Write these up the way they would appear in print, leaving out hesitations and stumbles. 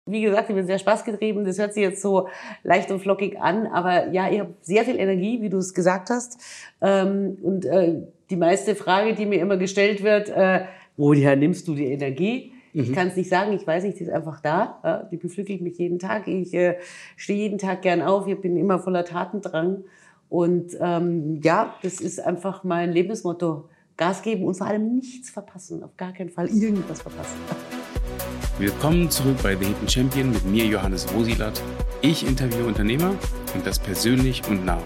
Wie gesagt, ich bin sehr spaßgetrieben. Das hört sich jetzt so leicht und flockig an, aber ja, ich habe sehr viel Energie, wie du es gesagt hast. Die meiste Frage, die mir immer gestellt wird, woher nimmst du die Energie? Ich kann es nicht sagen, ich weiß nicht, die ist einfach da. Ja, die beflügelt mich jeden Tag. Ich stehe jeden Tag gern auf, ich bin immer voller Tatendrang. Ja, das ist einfach mein Lebensmotto. Gas geben und vor allem nichts verpassen. Auf gar keinen Fall irgendwas verpassen. Willkommen zurück bei The Hidden Champion mit mir, Johannes Rosilat. Ich interviewe Unternehmer und das persönlich und nah.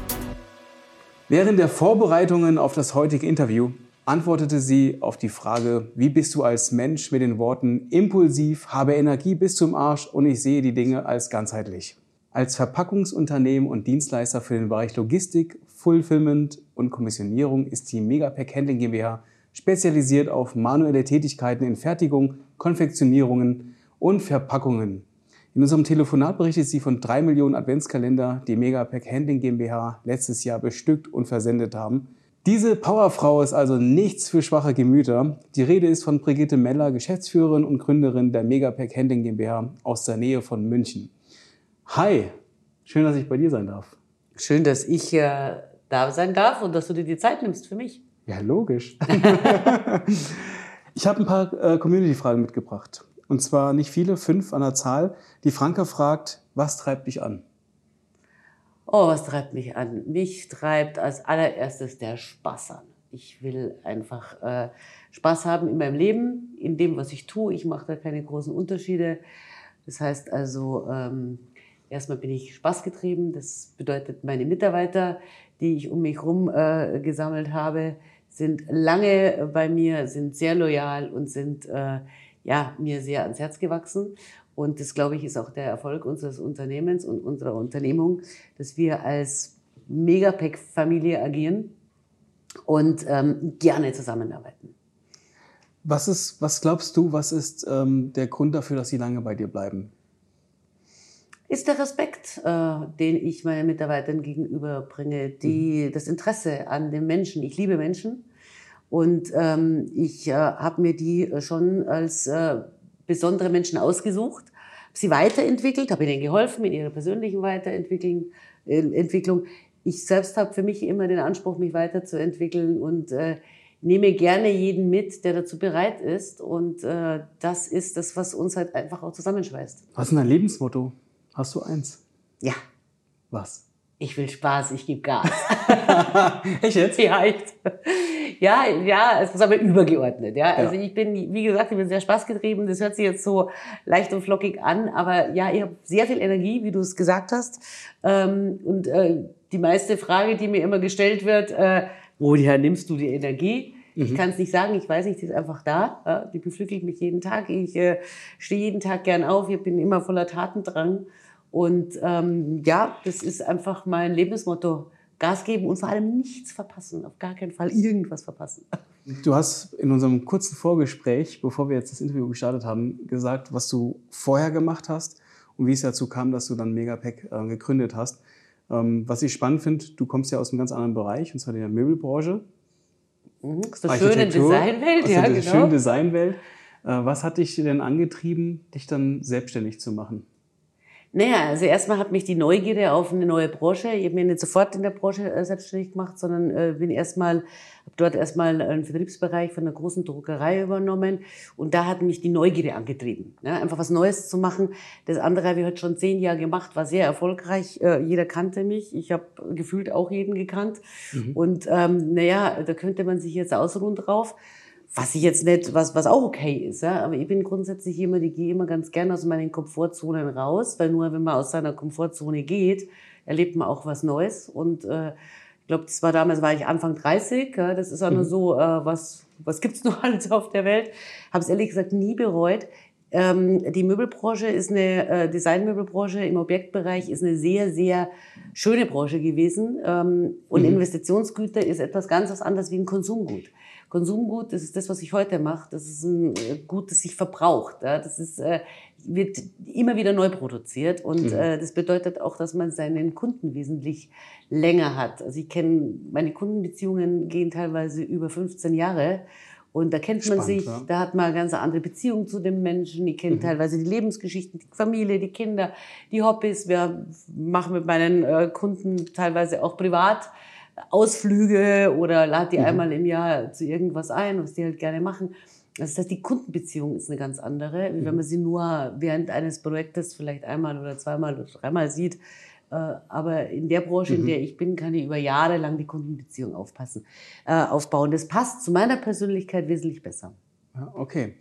Während der Vorbereitungen auf das heutige Interview antwortete sie auf die Frage, wie bist du als Mensch, mit den Worten impulsiv, habe Energie bis zum Arsch und ich sehe die Dinge als ganzheitlich. Als Verpackungsunternehmen und Dienstleister für den Bereich Logistik, Fulfillment und Kommissionierung ist die Megapack Handling GmbH spezialisiert auf manuelle Tätigkeiten in Fertigung, Konfektionierungen und Verpackungen. In unserem Telefonat berichtet sie von 3 Millionen Adventskalender, die Megapack Handling GmbH letztes Jahr bestückt und versendet haben. Diese Powerfrau ist also nichts für schwache Gemüter. Die Rede ist von Brigitte Meller, Geschäftsführerin und Gründerin der Megapack Handling GmbH aus der Nähe von München. Hi, schön, dass ich bei dir sein darf. Schön, dass ich da sein darf und dass du dir die Zeit nimmst für mich. Ja, logisch. Ich habe ein paar Community-Fragen mitgebracht. Und zwar nicht viele, 5 an der Zahl. Die Franka fragt, was treibt dich an? Oh, was treibt mich an? Mich treibt als allererstes der Spaß an. Ich will einfach Spaß haben in meinem Leben, in dem, was ich tue. Ich mache da keine großen Unterschiede. Das heißt also, erstmal bin ich spaßgetrieben. Das bedeutet, meine Mitarbeiter, die ich um mich herum gesammelt habe, sind lange bei mir, sind sehr loyal und sind mir sehr ans Herz gewachsen. Und das, glaube ich, ist auch der Erfolg unseres Unternehmens und unserer Unternehmung, dass wir als Megapack-Familie agieren und gerne zusammenarbeiten. Was glaubst du, was ist der Grund dafür, dass sie lange bei dir bleiben? Ist der Respekt, den ich meinen Mitarbeitern gegenüberbringe, das Interesse an den Menschen. Ich liebe Menschen und ich habe mir die schon als besondere Menschen ausgesucht, habe sie weiterentwickelt, habe ihnen geholfen in ihrer persönlichen Entwicklung. Ich selbst habe für mich immer den Anspruch, mich weiterzuentwickeln und nehme gerne jeden mit, der dazu bereit ist. Und das ist das, was uns halt einfach auch zusammenschweißt. Was ist denn dein Lebensmotto? Hast du eins? Ja. Was? Ich will Spaß, ich gebe Gas. Echt jetzt? Ja, echt. Ja, es ist aber übergeordnet. Ja, also ich bin, wie gesagt, ich bin sehr spaßgetrieben. Das hört sich jetzt so leicht und flockig an, aber ja, ich habe sehr viel Energie, wie du es gesagt hast. Die meiste Frage, die mir immer gestellt wird, woher nimmst du die Energie? Ich kann es nicht sagen, ich weiß nicht, die ist einfach da. Die beflügelt mich jeden Tag. Ich stehe jeden Tag gern auf, ich bin immer voller Tatendrang. Und das ist einfach mein Lebensmotto. Gas geben und vor allem nichts verpassen. Auf gar keinen Fall irgendwas verpassen. Du hast in unserem kurzen Vorgespräch, bevor wir jetzt das Interview gestartet haben, gesagt, was du vorher gemacht hast und wie es dazu kam, dass du dann Megapack gegründet hast. Was ich spannend finde, du kommst ja aus einem ganz anderen Bereich, und zwar der Möbelbranche. Aus der schönen Designwelt, ja, genau. Schönen Designwelt. Was hat dich denn angetrieben, dich dann selbstständig zu machen? Naja, also erstmal hat mich die Neugierde auf eine neue Branche, ich habe mich nicht sofort in der Branche selbstständig gemacht, sondern habe dort erstmal einen Vertriebsbereich von einer großen Druckerei übernommen und da hat mich die Neugierde angetrieben, ne? Einfach was Neues zu machen. Das andere habe ich heute schon 10 Jahre gemacht, war sehr erfolgreich, jeder kannte mich, ich habe gefühlt auch jeden gekannt und da könnte man sich jetzt ausruhen drauf. Was ich jetzt nicht, was auch okay ist, ja. Aber ich bin grundsätzlich gehe immer ganz gerne aus meinen Komfortzonen raus, weil nur wenn man aus seiner Komfortzone geht, erlebt man auch was Neues. Und ich glaube, war ich Anfang 30, ja, das ist auch nur so, was gibt's noch alles auf der Welt? Habe es ehrlich gesagt nie bereut. Die Möbelbranche ist eine Designmöbelbranche im Objektbereich ist eine sehr, sehr schöne Branche gewesen. Und Investitionsgüter ist etwas ganz was anderes wie ein Konsumgut. Konsumgut, das ist das, was ich heute mache. Das ist ein Gut, das sich verbraucht. Ja. Das wird immer wieder neu produziert. Und das bedeutet auch, dass man seinen Kunden wesentlich länger hat. Also meine Kundenbeziehungen gehen teilweise über 15 Jahre. Und da kennt man Spannend, sich, ja. da hat man eine ganz andere Beziehung zu den Menschen. Ich kenne teilweise die Lebensgeschichten, die Familie, die Kinder, die Hobbys. Wir machen mit meinen Kunden teilweise auch privat Ausflüge oder lade die einmal im Jahr zu irgendwas ein, was die halt gerne machen. Das heißt, die Kundenbeziehung ist eine ganz andere, wie wenn man sie nur während eines Projektes vielleicht einmal oder zweimal oder dreimal sieht. Aber in der Branche, in der ich bin, kann ich über Jahre lang die Kundenbeziehung aufbauen. Das passt zu meiner Persönlichkeit wesentlich besser. Ja, okay.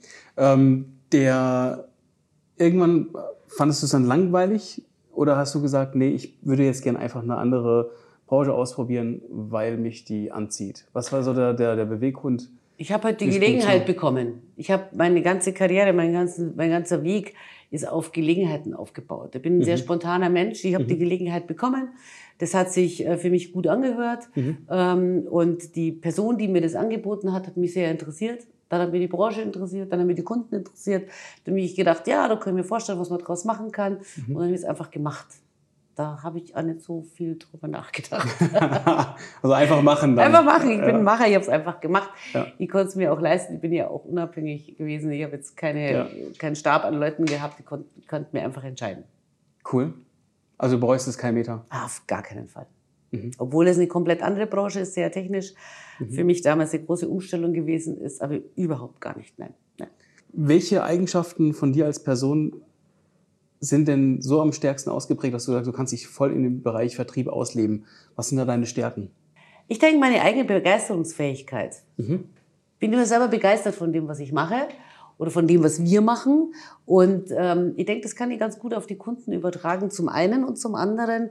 Irgendwann fandest du es dann langweilig oder hast du gesagt, nee, ich würde jetzt gerne einfach eine andere Branche ausprobieren, weil mich die anzieht? Was war so der Beweggrund? Ich habe halt die Gelegenheit bekommen. Ich habe meine ganze Karriere, mein ganzer Weg ist auf Gelegenheiten aufgebaut. Ich bin ein sehr spontaner Mensch. Ich habe die Gelegenheit bekommen. Das hat sich für mich gut angehört. Und die Person, die mir das angeboten hat, hat mich sehr interessiert. Dann hat mir die Branche interessiert, dann haben mir die Kunden interessiert. Dann habe ich gedacht, ja, da können wir vorstellen, was man daraus machen kann. Und dann habe ich es einfach gemacht. Da habe ich auch nicht so viel drüber nachgedacht. Also einfach machen dann. Einfach machen. Ich bin ein Macher, ich habe es einfach gemacht. Ja. Ich konnte es mir auch leisten. Ich bin ja auch unabhängig gewesen. Ich habe jetzt keinen Stab an Leuten gehabt. Ich konnte mir einfach entscheiden. Cool. Also du bereust es kein Meter? Auf gar keinen Fall. Obwohl es eine komplett andere Branche ist, sehr technisch. Für mich damals eine große Umstellung gewesen ist, aber überhaupt gar nicht. Nein. Welche Eigenschaften von dir als Person sind denn so am stärksten ausgeprägt, dass du sagst, du kannst dich voll in dem Bereich Vertrieb ausleben? Was sind da deine Stärken? Ich denke, meine eigene Begeisterungsfähigkeit. Bin immer selber begeistert von dem, was ich mache oder von dem, was wir machen. Und ich denke, das kann ich ganz gut auf die Kunden übertragen. Zum einen und zum anderen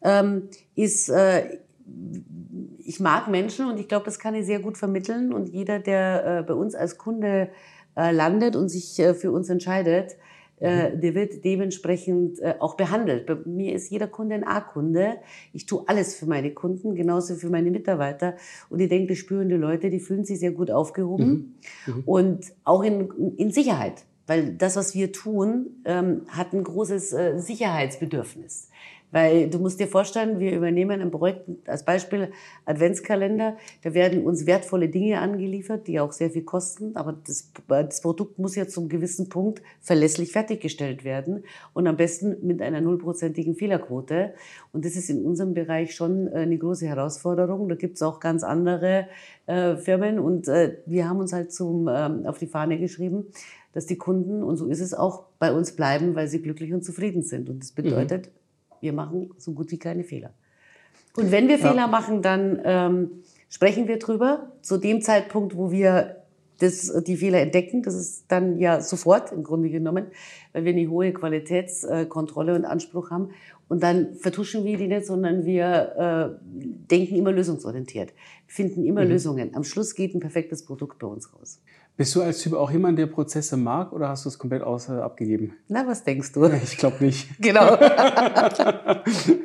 ich mag Menschen und ich glaube, das kann ich sehr gut vermitteln. Und jeder, der bei uns als Kunde landet und sich für uns entscheidet, der wird dementsprechend auch behandelt. Bei mir ist jeder Kunde ein A-Kunde. Ich tue alles für meine Kunden, genauso für meine Mitarbeiter. Und ich denke, das spüren die Leute, die fühlen sich sehr gut aufgehoben. Und auch in Sicherheit. Weil das, was wir tun, hat ein großes Sicherheitsbedürfnis. Weil du musst dir vorstellen, wir übernehmen ein Projekt, als Beispiel Adventskalender, da werden uns wertvolle Dinge angeliefert, die auch sehr viel kosten, aber das Produkt muss ja zum gewissen Punkt verlässlich fertiggestellt werden und am besten mit einer 0%igen Fehlerquote. Und das ist in unserem Bereich schon eine große Herausforderung. Da gibt's auch ganz andere Firmen und wir haben uns halt auf die Fahne geschrieben, dass die Kunden, und so ist es auch, bei uns bleiben, weil sie glücklich und zufrieden sind. Und das bedeutet, wir machen so gut wie keine Fehler. Und wenn wir Fehler machen, dann sprechen wir drüber. Zu dem Zeitpunkt, wo wir die Fehler entdecken, das ist dann ja sofort im Grunde genommen, weil wir eine hohe Qualitätskontrolle und Anspruch haben. Und dann vertuschen wir die nicht, sondern wir denken immer lösungsorientiert, finden immer Lösungen. Am Schluss geht ein perfektes Produkt bei uns raus. Bist du als Typ auch jemand, der Prozesse mag oder hast du es komplett abgegeben? Na, was denkst du? Ich glaube nicht. Genau. Ja,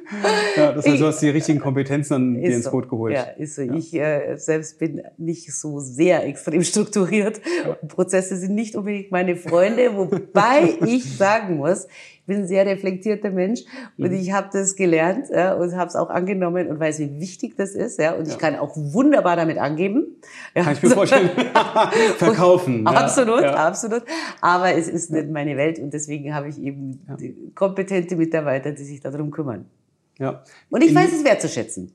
das heißt, du hast die richtigen Kompetenzen dir ins Boot geholt. Ja, ist so. Ja. Ich selbst bin nicht so sehr extrem strukturiert. Ja. Prozesse sind nicht unbedingt meine Freunde, wobei ich sagen muss, ich bin ein sehr reflektierter Mensch und ich habe das gelernt und habe es auch angenommen und weiß, wie wichtig das ist. Ja, und ich kann auch wunderbar damit angeben. Ja. Kann ich mir vorstellen. Verkaufen. Absolut, absolut. Aber es ist nicht meine Welt und deswegen habe ich eben kompetente Mitarbeiter, die sich darum kümmern. Ja. Und ich weiß es wertzuschätzen.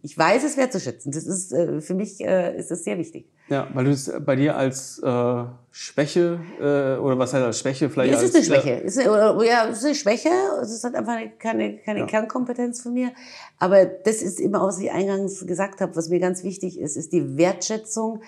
Das ist, für mich ist das sehr wichtig. Ja, weil du es bei dir als Schwäche, oder was heißt als Schwäche vielleicht? Es ist eine Schwäche. Es ist eine Schwäche. Es ist halt einfach keine Kernkompetenz von mir. Aber das ist immer, was ich eingangs gesagt habe, was mir ganz wichtig ist die Wertschätzung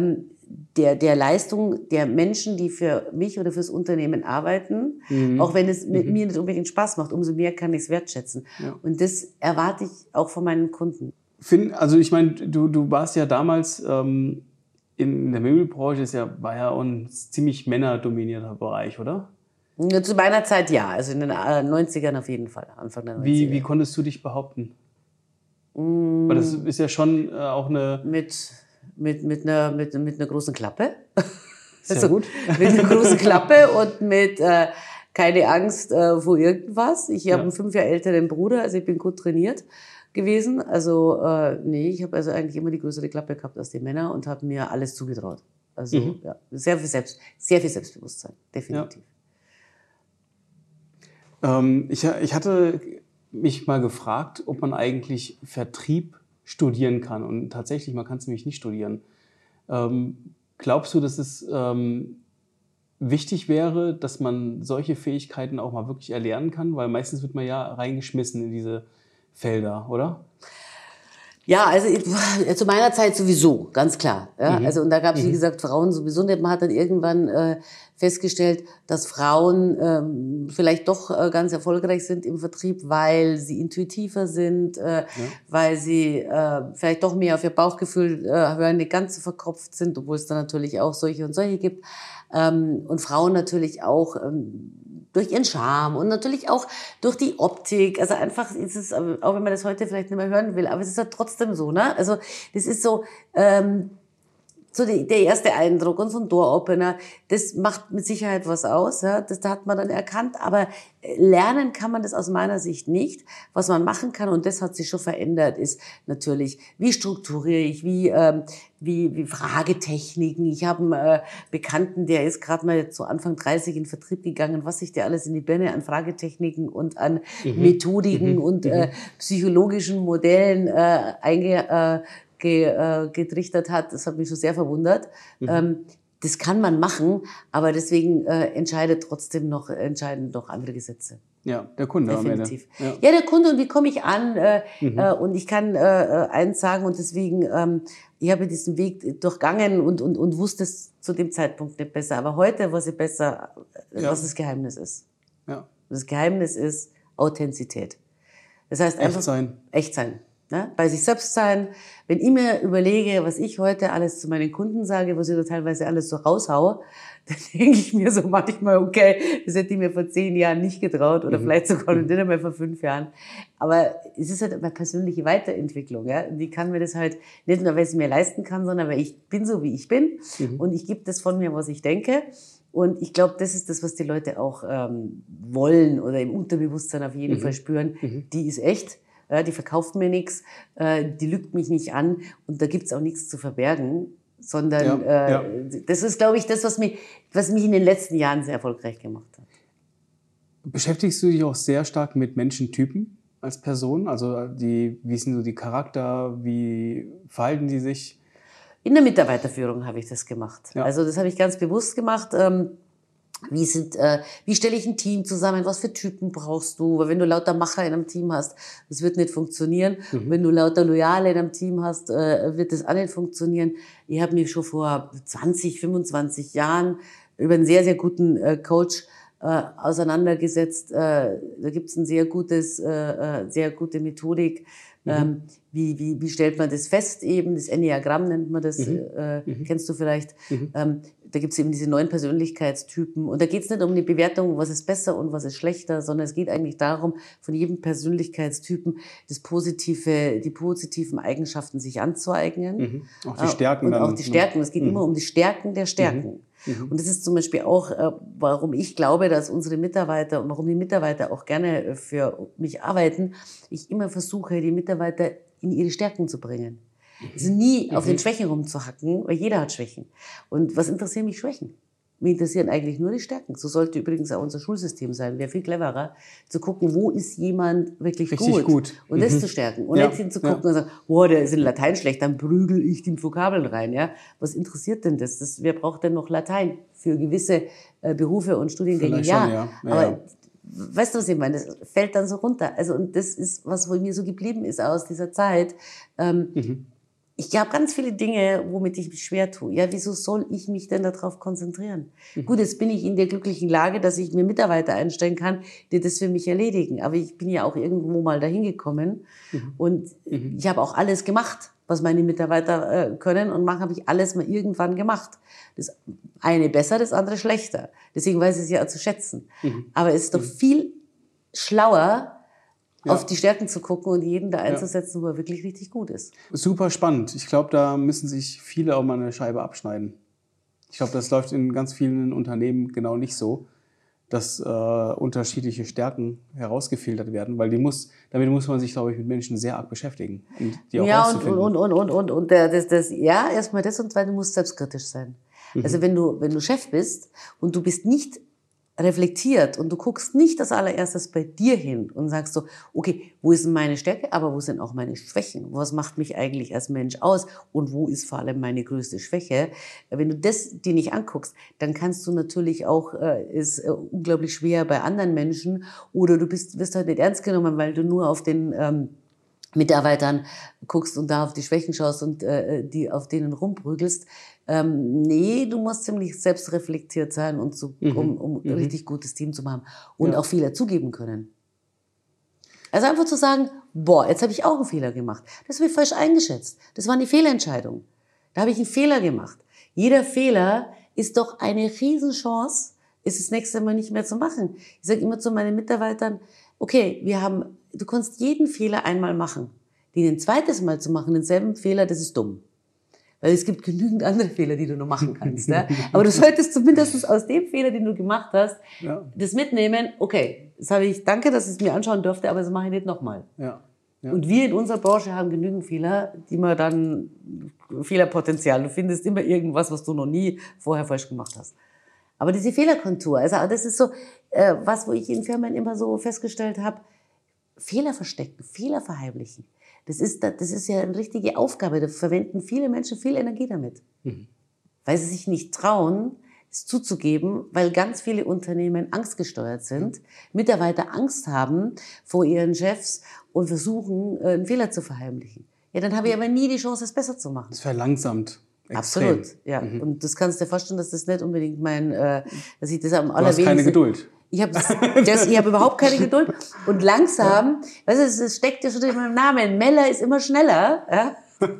der Leistung der Menschen, die für mich oder fürs Unternehmen arbeiten. Auch wenn es mit mir nicht unbedingt Spaß macht, umso mehr kann ich es wertschätzen. Ja. Und das erwarte ich auch von meinen Kunden. Also ich meine, du warst ja damals in der Möbelbranche, war ja auch ein ziemlich männerdominierter Bereich, oder? Zu meiner Zeit ja, also in den 90ern auf jeden Fall, Anfang der 90er. Wie konntest du dich behaupten? Weil das ist ja schon auch eine... Mit einer großen Klappe. Sehr gut. Mit einer großen Klappe und mit keine Angst vor irgendwas. Ich habe einen 5 Jahre älteren Bruder, also ich bin gut trainiert gewesen. Also ich habe also eigentlich immer die größere Klappe gehabt als die Männer und habe mir alles zugetraut. Also ja, sehr viel Selbstbewusstsein, definitiv. Ja. Ich hatte mich mal gefragt, ob man eigentlich Vertrieb studieren kann. Und tatsächlich, man kann es nämlich nicht studieren. Glaubst du, dass es wichtig wäre, dass man solche Fähigkeiten auch mal wirklich erlernen kann? Weil meistens wird man ja reingeschmissen in diese Felder, oder? Ja, also zu meiner Zeit sowieso, ganz klar. Ja? Also und da gab es, wie gesagt, Frauen sowieso nicht. Man hat dann irgendwann festgestellt, dass Frauen vielleicht doch ganz erfolgreich sind im Vertrieb, weil sie intuitiver sind, weil sie vielleicht doch mehr auf ihr Bauchgefühl hören, nicht ganz so verkopft sind, obwohl es dann natürlich auch solche und solche gibt. Und Frauen natürlich auch durch ihren Charme und natürlich auch durch die Optik. Also einfach ist es, auch wenn man das heute vielleicht nicht mehr hören will, aber es ist ja trotzdem so, ne? Also das ist so, so der erste Eindruck und so ein Door-Opener, das macht mit Sicherheit was aus, ja? Da hat man dann erkannt, aber lernen kann man das aus meiner Sicht nicht. Was man machen kann, und das hat sich schon verändert, ist natürlich, wie strukturiere ich, wie Fragetechniken. Ich habe einen Bekannten, der ist gerade mal zu Anfang 30 in den Vertrieb gegangen, was sich der alles in die Birne an Fragetechniken und an Methodiken und psychologischen Modellen getrichtert hat. Das hat mich schon sehr verwundert. Das kann man machen, aber deswegen entscheiden doch andere Gesetze. Ja, der Kunde definitiv. am Ende. Ja, der Kunde, und wie komme ich an? Und ich kann eins sagen, und deswegen, ich habe diesen Weg durchgangen und wusste es zu dem Zeitpunkt nicht besser. Aber heute weiß ich besser, was das Geheimnis ist. Ja. Das Geheimnis ist Authentizität. Das heißt einfach echt sein. Ne? Bei sich selbst sein. Wenn ich mir überlege, was ich heute alles zu meinen Kunden sage, was ich da teilweise alles so raushaue, dann denke ich mir so manchmal, okay, das hätte ich mir vor 10 Jahren nicht getraut oder vielleicht sogar nicht einmal vor 5 Jahren. Aber es ist halt eine persönliche Weiterentwicklung. Ja? Und ich kann mir das halt nicht nur, weil ich es mir leisten kann, sondern weil ich bin so, wie ich bin. Und ich gebe das von mir, was ich denke. Und ich glaube, das ist das, was die Leute auch wollen oder im Unterbewusstsein auf jeden Fall spüren. Die ist echt. Ja, die verkauft mir nichts, die lügt mich nicht an und da gibt's auch nichts zu verbergen, sondern das ist, glaube ich, das, was mich in den letzten Jahren sehr erfolgreich gemacht hat. Beschäftigst du dich auch sehr stark mit Menschentypen als Person? Also wie sind so die Charakter, wie verhalten die sich? In der Mitarbeiterführung habe ich das gemacht. Ja. Also das habe ich ganz bewusst gemacht. Wie stelle ich ein Team zusammen? Was für Typen brauchst du? Weil wenn du lauter Macher in einem Team hast, das wird nicht funktionieren. Wenn du lauter Loyale in einem Team hast, wird das auch nicht funktionieren. Ich habe mich schon vor 20, 25 Jahren über einen sehr, sehr guten Coach auseinandergesetzt. Da gibt's ein sehr gute Methodik. Wie stellt man das fest eben? Das Enneagramm nennt man das, kennst du vielleicht. Da gibt's eben diese 9 Persönlichkeitstypen. Und da geht's nicht um die Bewertung, was ist besser und was ist schlechter, sondern es geht eigentlich darum, von jedem Persönlichkeitstypen die positiven Eigenschaften sich anzueignen. Auch die Stärken. Und auch die Stärken. Es geht immer um die Stärken der Stärken. Und das ist zum Beispiel auch, warum ich glaube, dass unsere Mitarbeiter und warum die Mitarbeiter auch gerne für mich arbeiten, ich immer versuche, die Mitarbeiter in ihre Stärken zu bringen. Also nie auf den Schwächen rumzuhacken, weil jeder hat Schwächen. Und was interessieren mich Schwächen? Mich interessieren eigentlich nur die Stärken. So sollte übrigens auch unser Schulsystem sein. Wäre viel cleverer, zu gucken, wo ist jemand wirklich gut. Und das zu stärken. Und nicht hinzugucken und sagen, boah, der ist in Latein schlecht, dann prügel ich die Vokabeln rein. Ja? Was interessiert denn das? Wer braucht denn noch Latein für gewisse Berufe und Studiengänge? Ja. Aber weißt du, was ich meine? Das fällt dann so runter. Also, und das ist, was wohl mir so geblieben ist aus dieser Zeit. Ich habe ganz viele Dinge, womit ich mich schwer tue. Ja, wieso soll ich mich denn darauf konzentrieren? Gut, jetzt bin ich in der glücklichen Lage, dass ich mir Mitarbeiter einstellen kann, die das für mich erledigen. Aber ich bin ja auch irgendwo mal dahin gekommen und ich habe auch alles gemacht, was meine Mitarbeiter können und machen, habe ich alles mal irgendwann gemacht. Das eine besser, das andere schlechter. Deswegen weiß ich es ja auch zu schätzen. Aber es ist doch viel schlauer, auf die Stärken zu gucken und jeden da einzusetzen, wo er wirklich richtig gut ist. Super spannend. Ich glaube, da müssen sich viele auch mal eine Scheibe abschneiden. Ich glaube, das läuft in ganz vielen Unternehmen genau nicht so, dass unterschiedliche Stärken herausgefiltert werden, weil damit muss man sich, glaube ich, mit Menschen sehr arg beschäftigen. Und die auch rauszufinden. Erstmal das und zweitens, du musst selbstkritisch sein. Also wenn du Chef bist und du bist nicht reflektiert und du guckst nicht als allererstes bei dir hin und sagst so, okay, wo ist denn meine Stärke, aber wo sind auch meine Schwächen? Was macht mich eigentlich als Mensch aus und wo ist vor allem meine größte Schwäche? Wenn du das dir nicht anguckst, dann kannst du natürlich auch, ist unglaublich schwer bei anderen Menschen oder du wirst halt nicht ernst genommen, weil du nur auf den Mitarbeitern guckst und da auf die Schwächen schaust und die auf denen rumprügelst. Nee, du musst ziemlich selbstreflektiert sein, um ein richtig gutes Team zu machen und auch Fehler zugeben können. Also einfach zu sagen, boah, jetzt habe ich auch einen Fehler gemacht. Das habe ich falsch eingeschätzt. Das war eine Fehlentscheidung. Da habe ich einen Fehler gemacht. Jeder Fehler ist doch eine Riesenchance, es das nächste Mal nicht mehr zu machen. Ich sage immer zu meinen Mitarbeitern, okay, du kannst jeden Fehler einmal machen. Den ein zweites Mal zu machen, denselben Fehler, das ist dumm. Weil es gibt genügend andere Fehler, die du noch machen kannst. Ja? Aber du solltest zumindest aus dem Fehler, den du gemacht hast, das mitnehmen, okay, danke, dass ich es mir anschauen durfte, aber das mache ich nicht nochmal. Ja. Und wir in unserer Branche haben genügend Fehler, Fehlerpotenzial. Du findest immer irgendwas, was du noch nie vorher falsch gemacht hast. Aber diese Fehlerkontur, also das ist so was, wo ich in Firmen immer so festgestellt habe, Fehler verstecken, Fehler verheimlichen. Das ist ja eine richtige Aufgabe. Da verwenden viele Menschen viel Energie damit. Weil sie sich nicht trauen, es zuzugeben, weil ganz viele Unternehmen angstgesteuert sind, Mitarbeiter Angst haben vor ihren Chefs und versuchen, einen Fehler zu verheimlichen. Ja, dann habe ich aber nie die Chance, es besser zu machen. Das verlangsamt. Extrem. Absolut, ja. Und das kannst du dir vorstellen, dass das nicht unbedingt dass ich das am allerwenigsten... Du hast keine Geduld. Ich habe überhaupt keine Geduld. Und langsam, weißt du, es steckt ja schon in meinem Namen. Meller ist immer schneller. Ja?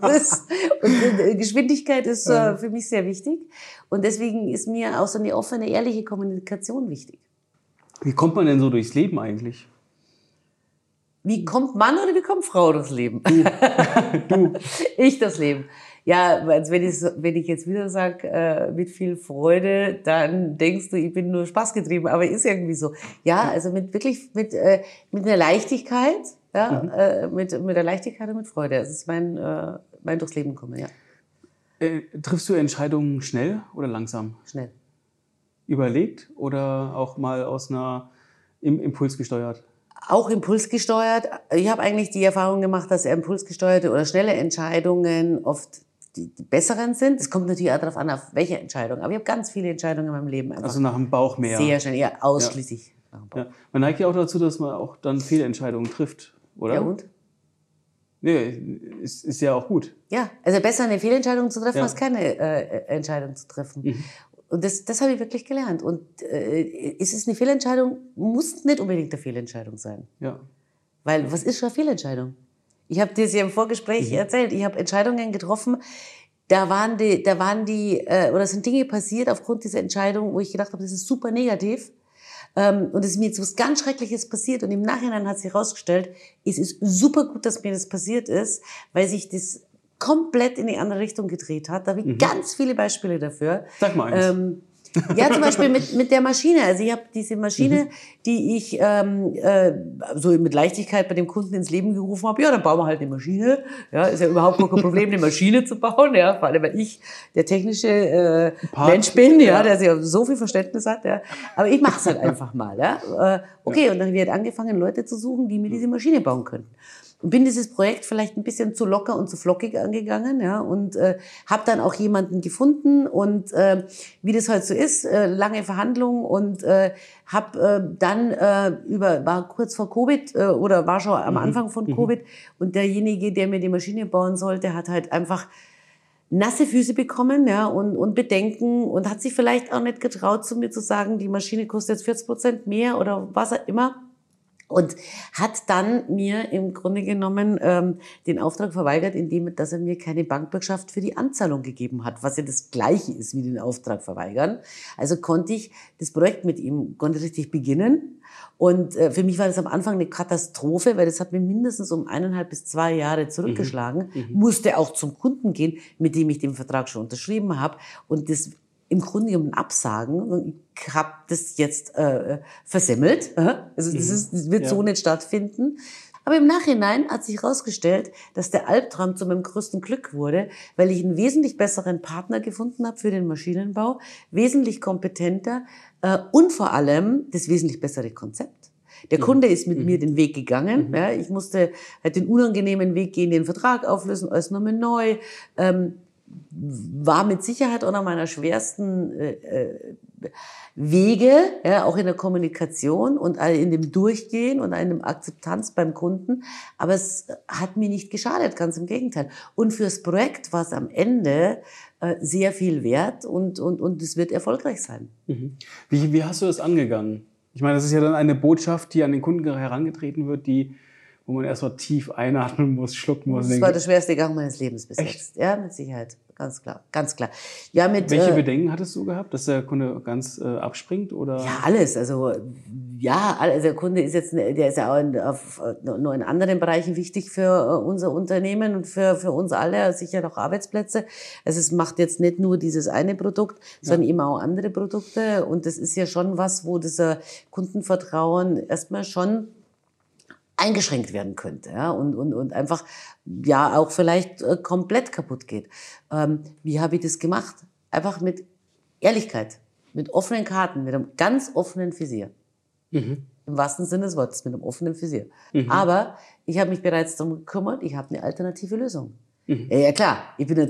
Und Geschwindigkeit ist für mich sehr wichtig. Und deswegen ist mir auch so eine offene, ehrliche Kommunikation wichtig. Wie kommt man denn so durchs Leben eigentlich? Wie kommt Mann oder wie kommt Frau durchs Leben? Du. Ich das Leben. Ja, also wenn ich jetzt wieder sage, mit viel Freude, dann denkst du, ich bin nur spaßgetrieben, aber ist irgendwie so. Ja, also mit einer Leichtigkeit, ja, mit der Leichtigkeit und mit Freude. Das ist mein durchs Leben kommen, ja. Triffst du Entscheidungen schnell oder langsam? Schnell. Überlegt oder auch mal aus einer Impuls gesteuert? Auch impulsgesteuert. Ich habe eigentlich die Erfahrung gemacht, dass impulsgesteuerte oder schnelle Entscheidungen oft die besseren sind. Es kommt natürlich auch darauf an, auf welche Entscheidung. Aber ich habe ganz viele Entscheidungen in meinem Leben einfach. Also nach dem Bauch mehr. Sehr schnell, ja, ausschließlich nach dem Bauch. Ja. Man neigt ja auch dazu, dass man auch dann Fehlentscheidungen trifft, oder? Ja, und? Nee, ist ja auch gut. Ja, also besser eine Fehlentscheidung zu treffen, als keine Entscheidung zu treffen. Und das habe ich wirklich gelernt. Und ist es eine Fehlentscheidung, muss nicht unbedingt eine Fehlentscheidung sein. Ja. Weil was ist schon eine Fehlentscheidung? Ich habe dir ja im Vorgespräch erzählt, ich habe Entscheidungen getroffen, oder sind Dinge passiert aufgrund dieser Entscheidung, wo ich gedacht habe, das ist super negativ. Und es ist mir jetzt was ganz Schreckliches passiert. Und im Nachhinein hat sich herausgestellt, es ist super gut, dass mir das passiert ist, weil sich das komplett in die andere Richtung gedreht hat. Da habe ich ganz viele Beispiele dafür. Sag mal eins. Ja, zum Beispiel mit der Maschine. Also ich habe diese Maschine, die ich so mit Leichtigkeit bei dem Kunden ins Leben gerufen habe. Ja, dann bauen wir halt eine Maschine. Ja, ist ja überhaupt kein Problem, eine Maschine zu bauen. Ja, vor allem, weil ich der technische Mensch bin, ja, der ja so viel Verständnis hat. Ja. Aber ich mache es halt einfach mal. Ja. Okay, und dann wird angefangen, Leute zu suchen, die mir diese Maschine bauen könnten. Und bin dieses Projekt vielleicht ein bisschen zu locker und zu flockig angegangen, ja, und habe dann auch jemanden gefunden und wie das halt so ist, lange Verhandlungen und habe dann war kurz vor Covid oder war schon am Anfang von Covid und derjenige, der mir die Maschine bauen sollte, hat halt einfach nasse Füße bekommen, ja, und Bedenken und hat sich vielleicht auch nicht getraut, zu mir zu sagen, die Maschine kostet jetzt 40% mehr oder was auch immer. Und hat dann mir im Grunde genommen den Auftrag verweigert, indem dass er mir keine Bankbürgschaft für die Anzahlung gegeben hat, was ja das Gleiche ist wie den Auftrag verweigern. Also konnte ich das Projekt mit ihm richtig beginnen. Und für mich war das am Anfang eine Katastrophe, weil das hat mir mindestens um 1,5 bis 2 Jahre zurückgeschlagen. Musste auch zum Kunden gehen, mit dem ich den Vertrag schon unterschrieben habe. Und das im Grunde genommen absagen und ich habe das jetzt versemmelt. Also das wird so nicht stattfinden. Aber im Nachhinein hat sich herausgestellt, dass der Albtraum zu meinem größten Glück wurde, weil ich einen wesentlich besseren Partner gefunden habe für den Maschinenbau, wesentlich kompetenter und vor allem das wesentlich bessere Konzept. Der Kunde ist mit mir den Weg gegangen. Ja, ich musste halt den unangenehmen Weg gehen, den Vertrag auflösen, alles nochmal neu. War mit Sicherheit einer meiner schwersten Wege, ja, auch in der Kommunikation und in dem Durchgehen und in der Akzeptanz beim Kunden. Aber es hat mir nicht geschadet, ganz im Gegenteil. Und fürs Projekt war es am Ende sehr viel wert und es wird erfolgreich sein. Wie hast du das angegangen? Ich meine, das ist ja dann eine Botschaft, die an den Kunden herangetreten wird, wo man erstmal tief einatmen muss, schlucken muss. Das war der schwerste Gang meines Lebens bis jetzt. Ja, mit Sicherheit. Ganz klar, ganz klar. Ja, welche Bedenken hattest du gehabt, dass der Kunde ganz abspringt? Oder? Ja, alles. Also der Kunde ist jetzt, der ist ja auch nur in anderen Bereichen wichtig für unser Unternehmen und für uns alle, sicher auch Arbeitsplätze. Also es macht jetzt nicht nur dieses eine Produkt, sondern eben auch andere Produkte. Und das ist ja schon was, wo das Kundenvertrauen erstmal schon eingeschränkt werden könnte, ja, und einfach, ja, auch vielleicht komplett kaputt geht. Wie habe ich das gemacht? Einfach mit Ehrlichkeit, mit offenen Karten, mit einem ganz offenen Visier. Im wahrsten Sinne des Wortes, mit einem offenen Visier. Aber ich habe mich bereits darum gekümmert, ich habe eine alternative Lösung. Ja, klar, ich bin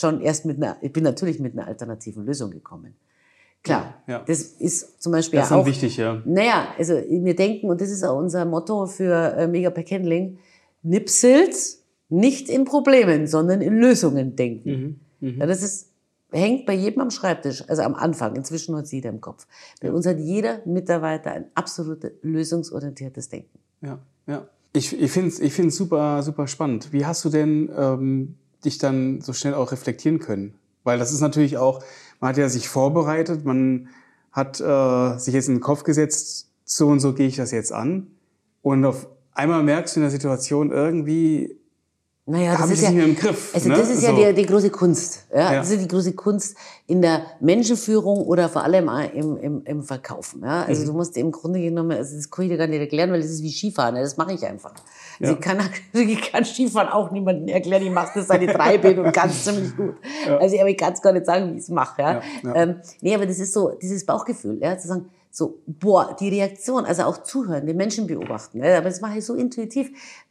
natürlich mit einer alternativen Lösung gekommen. Klar, ja. Das ist zum Beispiel das ist auch wichtig, ja. Naja, also wir denken, und das ist auch unser Motto für Megapack Handling, Nipselt nicht in Problemen, sondern in Lösungen denken. Ja, hängt bei jedem am Schreibtisch, also am Anfang, inzwischen hat es jeder im Kopf. Bei uns hat jeder Mitarbeiter ein absolut lösungsorientiertes Denken. Ja, ja. Ich finde es super, super spannend. Wie hast du denn dich dann so schnell auch reflektieren können? Weil das ist natürlich auch, man hat ja sich vorbereitet, man hat sich jetzt in den Kopf gesetzt, so und so gehe ich das jetzt an. Und auf einmal merkst du in der Situation irgendwie, habe ich es nicht mehr im Griff. Also das ist ja die große Kunst. Ja? Das ist die große Kunst in der Menschenführung oder vor allem im Verkaufen. Ja? Also du musst im Grunde genommen, also das kann ich dir gar nicht erklären, weil das ist wie Skifahren. Das mache ich einfach. Also ich kann Skifahren auch niemandem erklären. Ich mache das seit ich 3 bin und ganz ziemlich gut. Ja. Also aber ich kann es gar nicht sagen, wie ich es mache. Ja? Nee, aber das ist so dieses Bauchgefühl, ja? Zu sagen, so, die Reaktion, also auch zuhören, den Menschen beobachten. Ja? Aber das mache ich so intuitiv.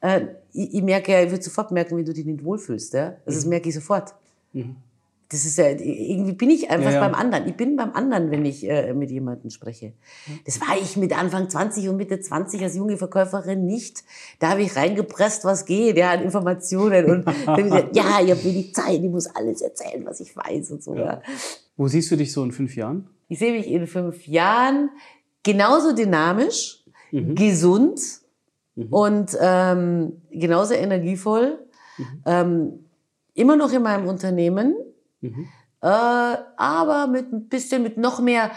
Ich merke ja, ich würde sofort merken, wie du dich nicht wohlfühlst. Ja? Also das merke ich sofort. Das ist ja, irgendwie bin ich einfach beim anderen. Ich bin beim anderen, wenn ich mit jemandem spreche. Das war ich mit Anfang 20 und Mitte 20 als junge Verkäuferin nicht. Da habe ich reingepresst, was geht, ja, an Informationen. Und dann habe ich gesagt, ja, ich habe wenig Zeit, ich muss alles erzählen, was ich weiß und so. Ja. Wo siehst du dich so in 5 Jahren? Ich sehe mich in 5 Jahren genauso dynamisch, gesund und genauso energievoll. Immer noch in meinem Unternehmen. Aber mit noch mehr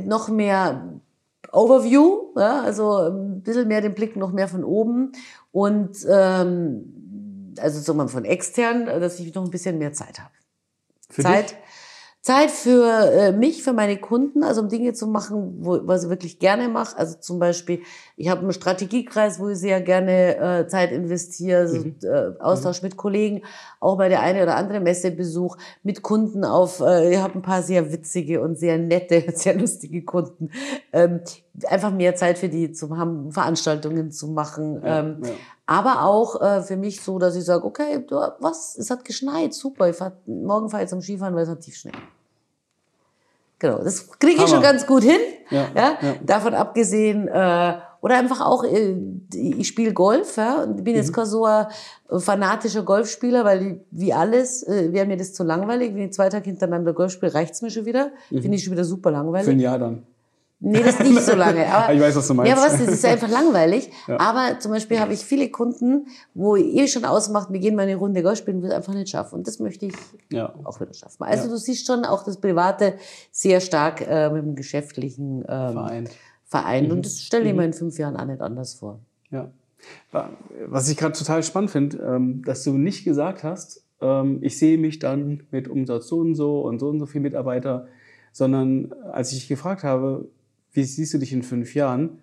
Overview, ja, also ein bisschen mehr den Blick noch mehr von oben und also sagen wir von extern, dass ich noch ein bisschen mehr Zeit habe. Zeit für mich, für meine Kunden, also um Dinge zu machen, was ich wirklich gerne mache. Also zum Beispiel, ich habe einen Strategiekreis, wo ich sehr gerne Zeit investiere, also, Austausch mit Kollegen, auch bei der einen oder anderen Messebesuch, mit Kunden ich habe ein paar sehr witzige und sehr nette, sehr lustige Kunden. Einfach mehr Zeit für die zu haben, Veranstaltungen zu machen. Aber auch für mich so, dass ich sage, okay, es hat geschneit, super, morgen fahre ich zum Skifahren, weil es hat tief Schnee. Genau, das kriege ich schon ganz gut hin. Ja. Davon abgesehen, oder einfach auch, ich spiele Golf, ja, und bin jetzt kein so ein fanatischer Golfspieler, weil wie alles wäre mir das zu langweilig. Wenn ich 2 Tage hintereinander Golf spiele, reicht's mir schon wieder. Finde ich schon wieder super langweilig. Für ein Jahr dann. Nee, das ist nicht so lange. Aber, ich weiß, was du meinst. Ja, aber das ist einfach langweilig. Ja. Aber zum Beispiel habe ich viele Kunden, wo ich schon ausmacht, wir gehen mal eine Runde Golf spielen, will einfach nicht schaffen. Und das möchte ich auch wieder schaffen. Also du siehst schon auch das Private sehr stark mit dem Geschäftlichen vereint. Und das stelle ich mir in 5 Jahren auch nicht anders vor. Ja. Was ich gerade total spannend finde, dass du nicht gesagt hast, ich sehe mich dann mit Umsatz so und so viel Mitarbeiter, sondern als ich dich gefragt habe, wie siehst du dich in 5 Jahren,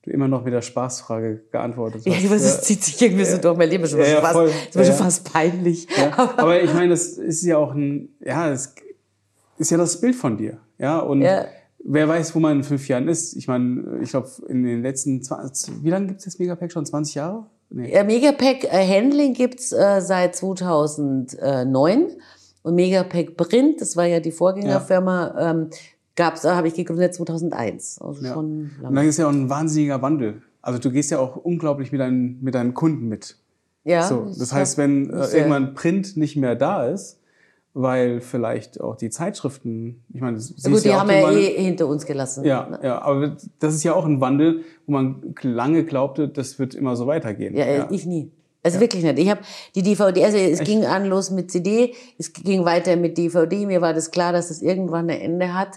du immer noch mit der Spaßfrage geantwortet hast. Ja, es zieht sich irgendwie so durch mein Leben schon fast. Das ist schon fast peinlich. Ja. Aber ich meine, das ist ja auch es ist ja das Bild von dir. Ja, und wer weiß, wo man in 5 Jahren ist. Ich meine, ich glaube, in den letzten wie lange gibt es das Megapack schon? 20 Jahre? Nee. Megapack Handling gibt's seit 2009 und Megapack Print, das war ja die Vorgängerfirma, habe ich gegründet 2001. Also schon lange. Und dann ist ja auch ein wahnsinniger Wandel. Also du gehst ja auch unglaublich mit deinen Kunden mit. Ja. So, das heißt, wenn irgendwann Print nicht mehr da ist, weil vielleicht auch die Zeitschriften, ich meine, gut, die haben wir hinter uns gelassen. Ja, aber das ist ja auch ein Wandel, wo man lange glaubte, das wird immer so weitergehen. Ja, ich nie. Also wirklich nicht. Ich habe die DVD, also es ging an los mit CD, es ging weiter mit DVD. Mir war das klar, dass das irgendwann ein Ende hat.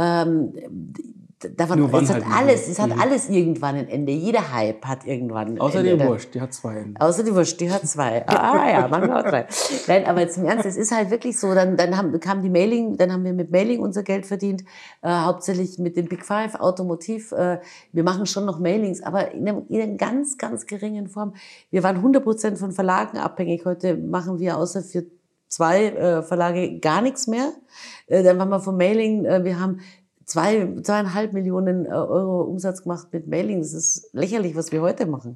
Es hat alles irgendwann ein Ende. Jeder Hype hat irgendwann ein Ende. Außer die Wurst, die hat 2 Ende. Außer die Wurst, die hat 2. Manchmal auch 3. Nein, aber zum Ernst, es ist halt wirklich so, dann kam die Mailing, dann haben wir mit Mailing unser Geld verdient, hauptsächlich mit dem Big Five, Automotiv. Wir machen schon noch Mailings, aber in einer ganz, ganz geringen Form. Wir waren 100% von Verlagen abhängig. Heute machen wir außer für 2 Verlage gar nichts mehr. Dann waren wir vom Mailing, wir haben 2,5 Millionen Euro Umsatz gemacht mit Mailing. Das ist lächerlich, was wir heute machen.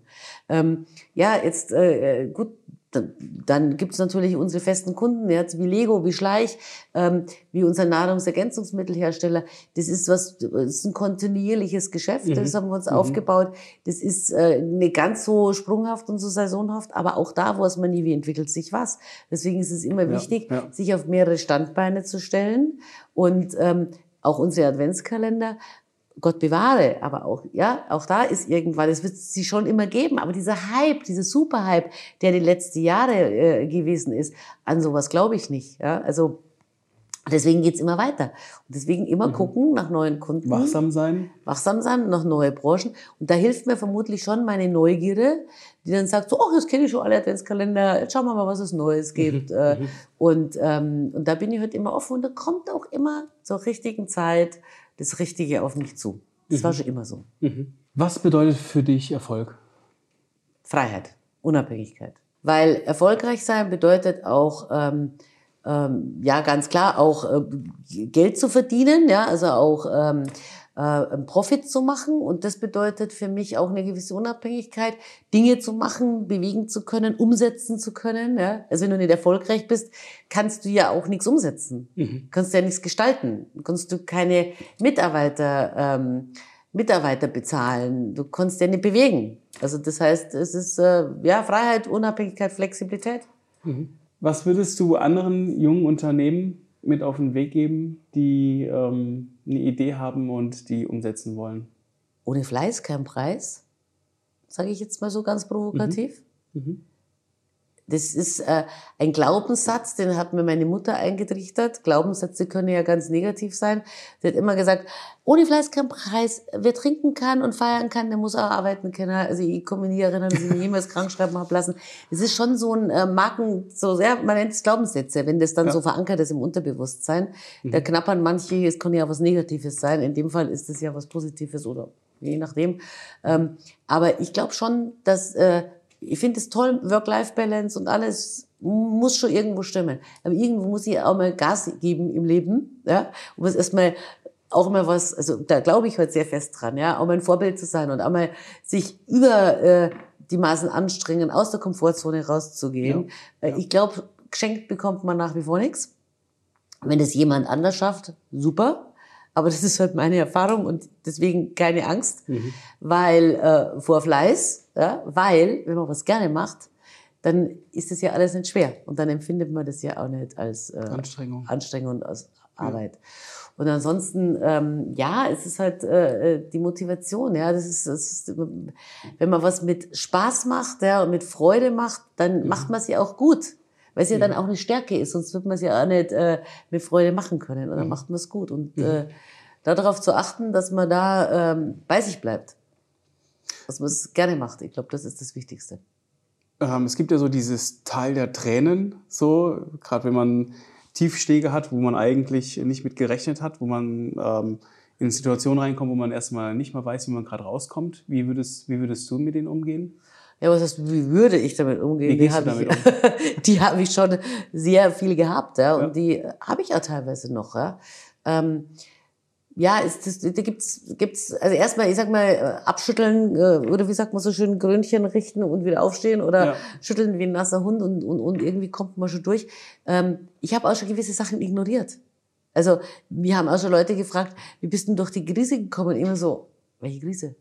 Gut, dann gibt's natürlich unsere festen Kunden, jetzt wie Lego, wie Schleich, wie unser Nahrungsergänzungsmittelhersteller. Das ist ein kontinuierliches Geschäft, das haben wir uns aufgebaut. Das ist nicht ganz so sprunghaft und so saisonhaft, aber auch da weiß man nie, wie entwickelt sich was. Deswegen ist es immer wichtig, sich auf mehrere Standbeine zu stellen und auch unsere Adventskalender, Gott bewahre, aber auch da ist irgendwann, es wird sie schon immer geben, aber dieser Hype, dieser Superhype, der die letzten Jahre gewesen ist, an sowas glaube ich nicht. Ja? Also deswegen geht's immer weiter. Und deswegen immer gucken nach neuen Kunden. Wachsam sein, nach neue Branchen. Und da hilft mir vermutlich schon meine Neugierde, die dann sagt, so, jetzt kenne ich schon alle Adventskalender, jetzt schauen wir mal, was es Neues gibt. Und da bin ich halt immer offen und da kommt auch immer zur richtigen Zeit das Richtige auf mich zu. Das war schon immer so. Was bedeutet für dich Erfolg? Freiheit, Unabhängigkeit. Weil erfolgreich sein bedeutet auch, ganz klar, auch Geld zu verdienen, also auch Profit zu machen. Und das bedeutet für mich auch eine gewisse Unabhängigkeit, Dinge zu machen, bewegen zu können, umsetzen zu können. Ja? Also wenn du nicht erfolgreich bist, kannst du ja auch nichts umsetzen. Kannst ja nichts gestalten. Kannst du keine Mitarbeiter bezahlen. Du kannst ja nicht bewegen. Also das heißt, es ist Freiheit, Unabhängigkeit, Flexibilität. Was würdest du anderen jungen Unternehmen mit auf den Weg geben, die eine Idee haben und die umsetzen wollen? Ohne Fleiß kein Preis, sage ich jetzt mal so ganz provokativ. Das ist ein Glaubenssatz, den hat mir meine Mutter eingetrichtert. Glaubenssätze können ja ganz negativ sein. Sie hat immer gesagt, ohne Fleiß kein Preis. Wer trinken kann und feiern kann, der muss auch arbeiten können. Also ich kann mich nie erinnern, dass ich mich jemals krank schreiben habe lassen. Es ist schon so ein man nennt es Glaubenssätze, wenn das dann so verankert ist im Unterbewusstsein. Da knappern manche, es kann ja was Negatives sein. In dem Fall ist es ja was Positives oder je nachdem. Aber ich glaube schon, dass ich finde es toll, Work-Life-Balance und alles muss schon irgendwo stimmen. Aber irgendwo muss ich auch mal Gas geben im Leben, um es erstmal auch mal was, also da glaube ich heute sehr fest dran, auch mal ein Vorbild zu sein und auch mal sich über die Maßen anstrengen, aus der Komfortzone rauszugehen. Ich glaube, geschenkt bekommt man nach wie vor nichts. Wenn das jemand anders schafft, super. Aber das ist halt meine Erfahrung und deswegen keine Angst, weil vor Fleiß, weil wenn man was gerne macht, dann ist das ja alles nicht schwer und dann empfindet man das ja auch nicht als Anstrengung und als Arbeit. Und ansonsten, es ist halt die Motivation, das ist, wenn man was mit Spaß macht, und mit Freude macht, dann macht man es ja auch gut. Weil es ja dann auch eine Stärke ist, sonst wird man es ja auch nicht mit Freude machen können. Und dann macht man es gut. Und darauf zu achten, dass man da bei sich bleibt. Dass man es gerne macht. Ich glaube, das ist das Wichtigste. Es gibt ja so dieses Tal der Tränen, so gerade wenn man Tiefschläge hat, wo man eigentlich nicht mit gerechnet hat, wo man in Situationen reinkommt, wo man erstmal nicht mal weiß, wie man gerade rauskommt. Wie würdest du mit denen umgehen? Ja, was heißt, wie würde ich damit umgehen? Wie gehst du damit um? Die habe ich schon sehr viel gehabt, ja, und die habe ich auch teilweise noch, ja. Ja, da gibt's, also erstmal, ich sag mal, abschütteln, oder wie sagt man so schön, Grönchen richten und wieder aufstehen oder schütteln wie ein nasser Hund und irgendwie kommt man schon durch. Ich habe auch schon gewisse Sachen ignoriert. Also, wir haben auch schon Leute gefragt, wie bist du denn durch die Krise gekommen? Immer so, welche Krise?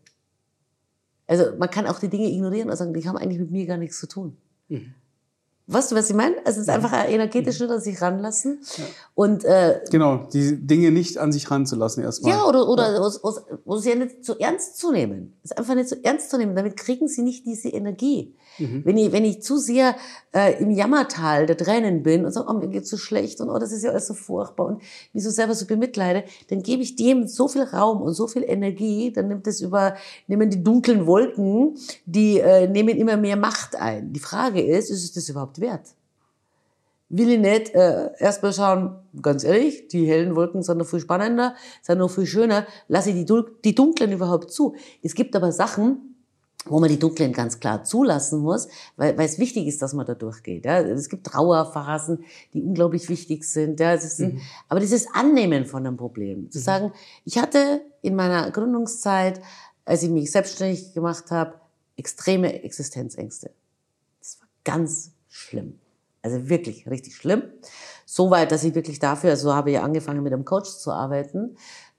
Also, man kann auch die Dinge ignorieren und sagen, die haben eigentlich mit mir gar nichts zu tun. Mhm. Weißt du, was ich meine? Also es ist einfach energetisch nicht an sich ranlassen. Ja. Und, genau, die Dinge nicht an sich ranzulassen erstmal. Ja, oder sie ja nicht so ernst zu nehmen. Es ist einfach nicht so ernst zu nehmen. Damit kriegen sie nicht diese Energie. Mhm. Wenn ich zu sehr im Jammertal der Tränen bin und sage, oh, mir geht's so schlecht und oh, das ist ja alles so furchtbar und mich so selber so bemitleide, dann gebe ich dem so viel Raum und so viel Energie, dann nehmen die dunklen Wolken, die nehmen immer mehr Macht ein. Die Frage ist es das überhaupt wert? Will ich nicht erstmal schauen, ganz ehrlich, die hellen Wolken sind noch viel spannender, sind noch viel schöner, lasse ich die dunklen überhaupt zu. Es gibt aber Sachen, wo man die dunklen ganz klar zulassen muss, weil es wichtig ist, dass man da durchgeht. Ja. Es gibt Trauerphasen, die unglaublich wichtig sind. Ja. Aber dieses Annehmen von einem Problem, zu sagen, ich hatte in meiner Gründungszeit, als ich mich selbstständig gemacht habe, extreme Existenzängste. Das war ganz schlimm. Also wirklich richtig schlimm. So weit, dass ich wirklich dafür, also so habe ich angefangen mit einem Coach zu arbeiten.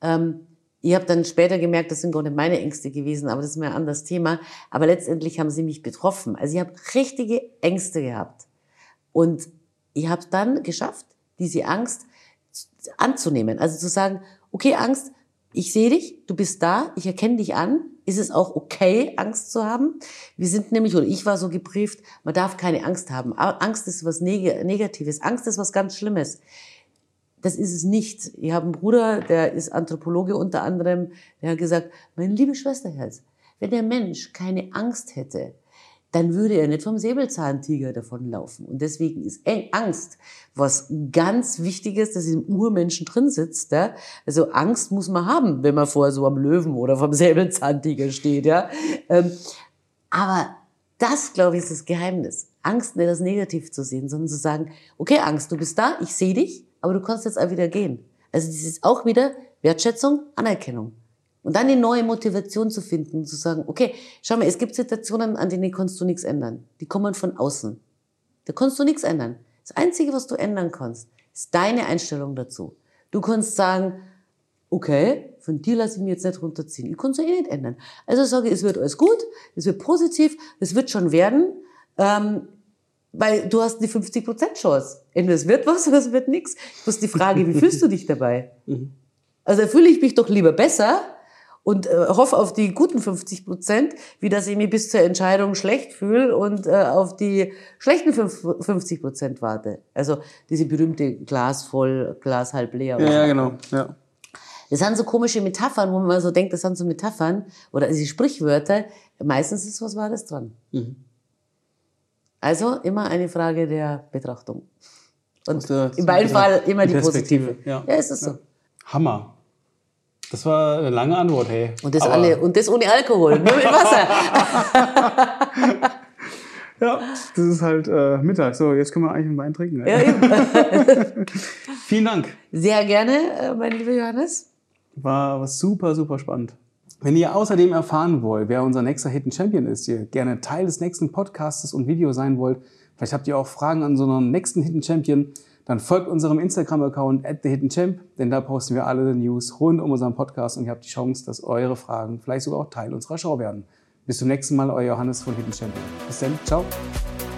Ich habe dann später gemerkt, das sind gar nicht meine Ängste gewesen, aber das ist mir ein anderes Thema. Aber letztendlich haben sie mich betroffen. Also ich habe richtige Ängste gehabt. Und ich habe es dann geschafft, diese Angst anzunehmen. Also zu sagen, okay, Angst, ich sehe dich, du bist da, ich erkenne dich an. Ist es auch okay, Angst zu haben? Wir sind nämlich, oder ich war so gebrieft, man darf keine Angst haben. Angst ist was Negatives. Angst ist was ganz Schlimmes. Das ist es nicht. Ich habe einen Bruder, der ist Anthropologe unter anderem, der hat gesagt, meine liebe Schwesterherz, wenn der Mensch keine Angst hätte, dann würde er nicht vom Säbelzahntiger davonlaufen. Und deswegen ist Angst was ganz Wichtiges, das im Urmenschen drin sitzt. Ja? Also Angst muss man haben, wenn man vor so einem Löwen oder vom Säbelzahntiger steht. Ja? Aber das, glaube ich, ist das Geheimnis. Angst nicht als negativ zu sehen, sondern zu sagen, okay, Angst, du bist da, ich sehe dich, aber du kannst jetzt auch wieder gehen. Also das ist auch wieder Wertschätzung, Anerkennung. Und dann die neue Motivation zu finden, zu sagen, okay, schau mal, es gibt Situationen, an denen kannst du nichts ändern. Die kommen von außen. Da kannst du nichts ändern. Das Einzige, was du ändern kannst, ist deine Einstellung dazu. Du kannst sagen, okay, von dir lasse ich mich jetzt nicht runterziehen. Ich kann es ja eh nicht ändern. Also sage ich, es wird alles gut, es wird positiv, es wird schon werden, weil du hast die 50% Chance. Entweder es wird was oder es wird nichts. Das ist die Frage, wie fühlst du dich dabei? Also fühle ich mich doch lieber besser und hoffe auf die guten 50%, wie dass ich mich bis zur Entscheidung schlecht fühle und auf die schlechten 50% warte. Also diese berühmte Glas voll, Glas halb leer. Ja, genau. Ja. Das sind so komische Metaphern, wo man so denkt, das sind so Metaphern oder diese Sprichwörter. Meistens ist was Wahres dran. Also immer eine Frage der Betrachtung. Und im beiden Fall immer die positive. Ja, ist das so. Hammer. Das war eine lange Antwort, hey. Und das ohne Alkohol, nur mit Wasser. Ja, das ist halt Mittag. So, jetzt können wir eigentlich einen Wein trinken. Ne? Ja, eben. Vielen Dank. Sehr gerne, mein lieber Johannes. War super, super spannend. Wenn ihr außerdem erfahren wollt, wer unser nächster Hidden Champion ist, ihr gerne Teil des nächsten Podcasts und Videos sein wollt, vielleicht habt ihr auch Fragen an so einen nächsten Hidden Champion, dann folgt unserem Instagram-Account @thehiddenchamp, denn da posten wir alle News rund um unseren Podcast und ihr habt die Chance, dass eure Fragen vielleicht sogar auch Teil unserer Show werden. Bis zum nächsten Mal, euer Johannes von Hidden Champion. Bis dann, ciao.